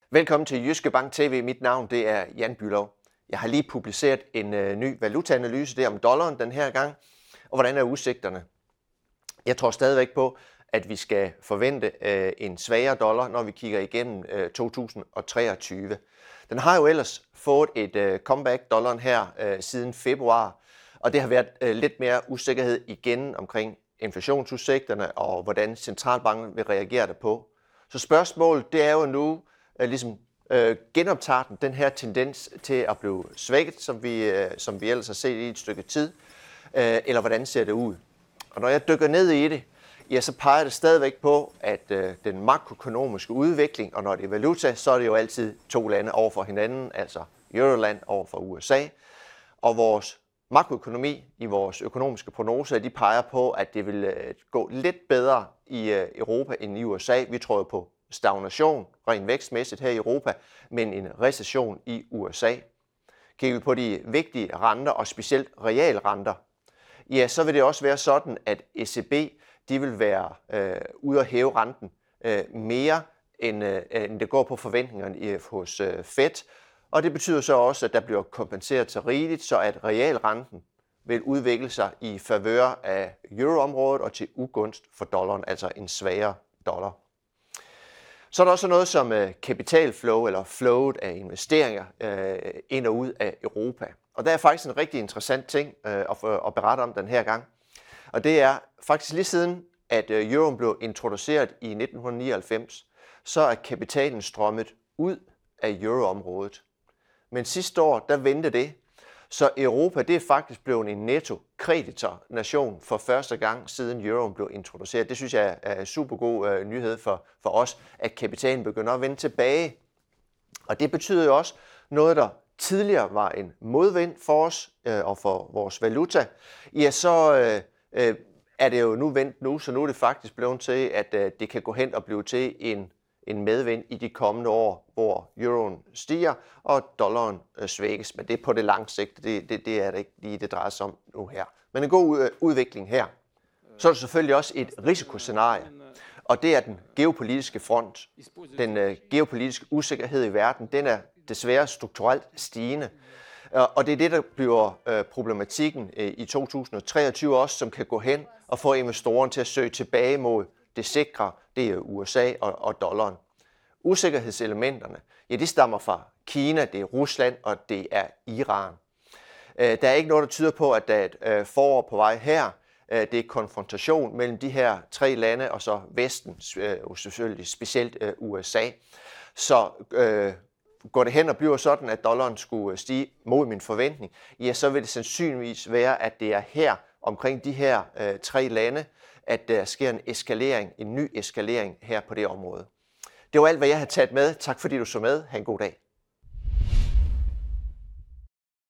Velkommen til Jyske Bank TV. Mit navn det er Jan Bülow. Jeg har lige publiceret en ny valutaanalyse der om dollaren den her gang. Og hvordan er udsigterne? Jeg tror stadigvæk på, at vi skal forvente en svagere dollar, når vi kigger igennem 2023. Den har jo ellers fået et comeback, dollaren her, siden februar. Og det har været lidt mere usikkerhed igen omkring inflationsudsigterne og hvordan centralbanken vil reagere derpå. Så spørgsmålet det er jo nu, genoptager den her tendens til at blive svækket, som vi ellers har set i et stykke tid, eller hvordan ser det ud? Og når jeg dykker ned i det, ja, så peger det stadigvæk på, at den makroøkonomiske udvikling, og når det er valuta, så er det jo altid to lande over for hinanden, altså Euroland over for USA, og vores makroøkonomi i vores økonomiske prognoser, de peger på, at det vil gå lidt bedre i Europa end i USA. Vi tror på stagnation, rent vækstmæssigt her i Europa, men en recession i USA. Kigger vi på de vigtige renter, og specielt realrenter, ja, så vil det også være sådan, at ECB de vil være ude at hæve renten mere, end det går på forventningerne hos Fed. Og det betyder så også, at der bliver kompenseret til rigeligt, så at realrenten vil udvikle sig i favør af euroområdet og til ugunst for dollaren, altså en svagere dollar. Så er der også noget som kapitalflow eller flowet af investeringer ind og ud af Europa. Og der er faktisk en rigtig interessant ting at berette om den her gang. Og det er faktisk lige siden, at euroen blev introduceret i 1999, så er kapitalen strømmet ud af euroområdet. Men sidste år, der vendte det. Så Europa, det er faktisk blevet en netto-kreditor-nation for første gang siden euroen blev introduceret. Det synes jeg er en super god nyhed for os, at kapitalen begynder at vende tilbage. Og det betyder jo også noget, der tidligere var en modvind for os og for vores valuta. Ja, så er det jo nu vendt nu, så nu er det faktisk blevet til, at det kan gå hen og blive til en medvind i de kommende år, hvor euroen stiger og dollaren svækkes. Men det er på det lange sigt. Det er det ikke lige, det drejer sig om nu her. Men en god udvikling her. Så er der selvfølgelig også et risikoscenarie, og det er den geopolitiske front. Den geopolitiske usikkerhed i verden, den er desværre strukturelt stigende. Og det er det, der bliver problematikken i 2023 også, som kan gå hen og få investorerne til at søge tilbage mod det sikre, det er USA og dollaren. Usikkerhedselementerne, ja, de stammer fra Kina, det er Rusland og det er Iran. Der er ikke noget, der tyder på, at der er et forår på vej her. Det er konfrontation mellem de her tre lande og så Vesten, selvfølgelig specielt USA. Så går det hen og bliver sådan, at dollaren skulle stige mod min forventning, ja, så vil det sandsynligvis være, at det er her omkring de her tre lande, at der sker en ny eskalering her på det område. Det var alt, hvad jeg havde taget med. Tak fordi du så med. Ha' en god dag.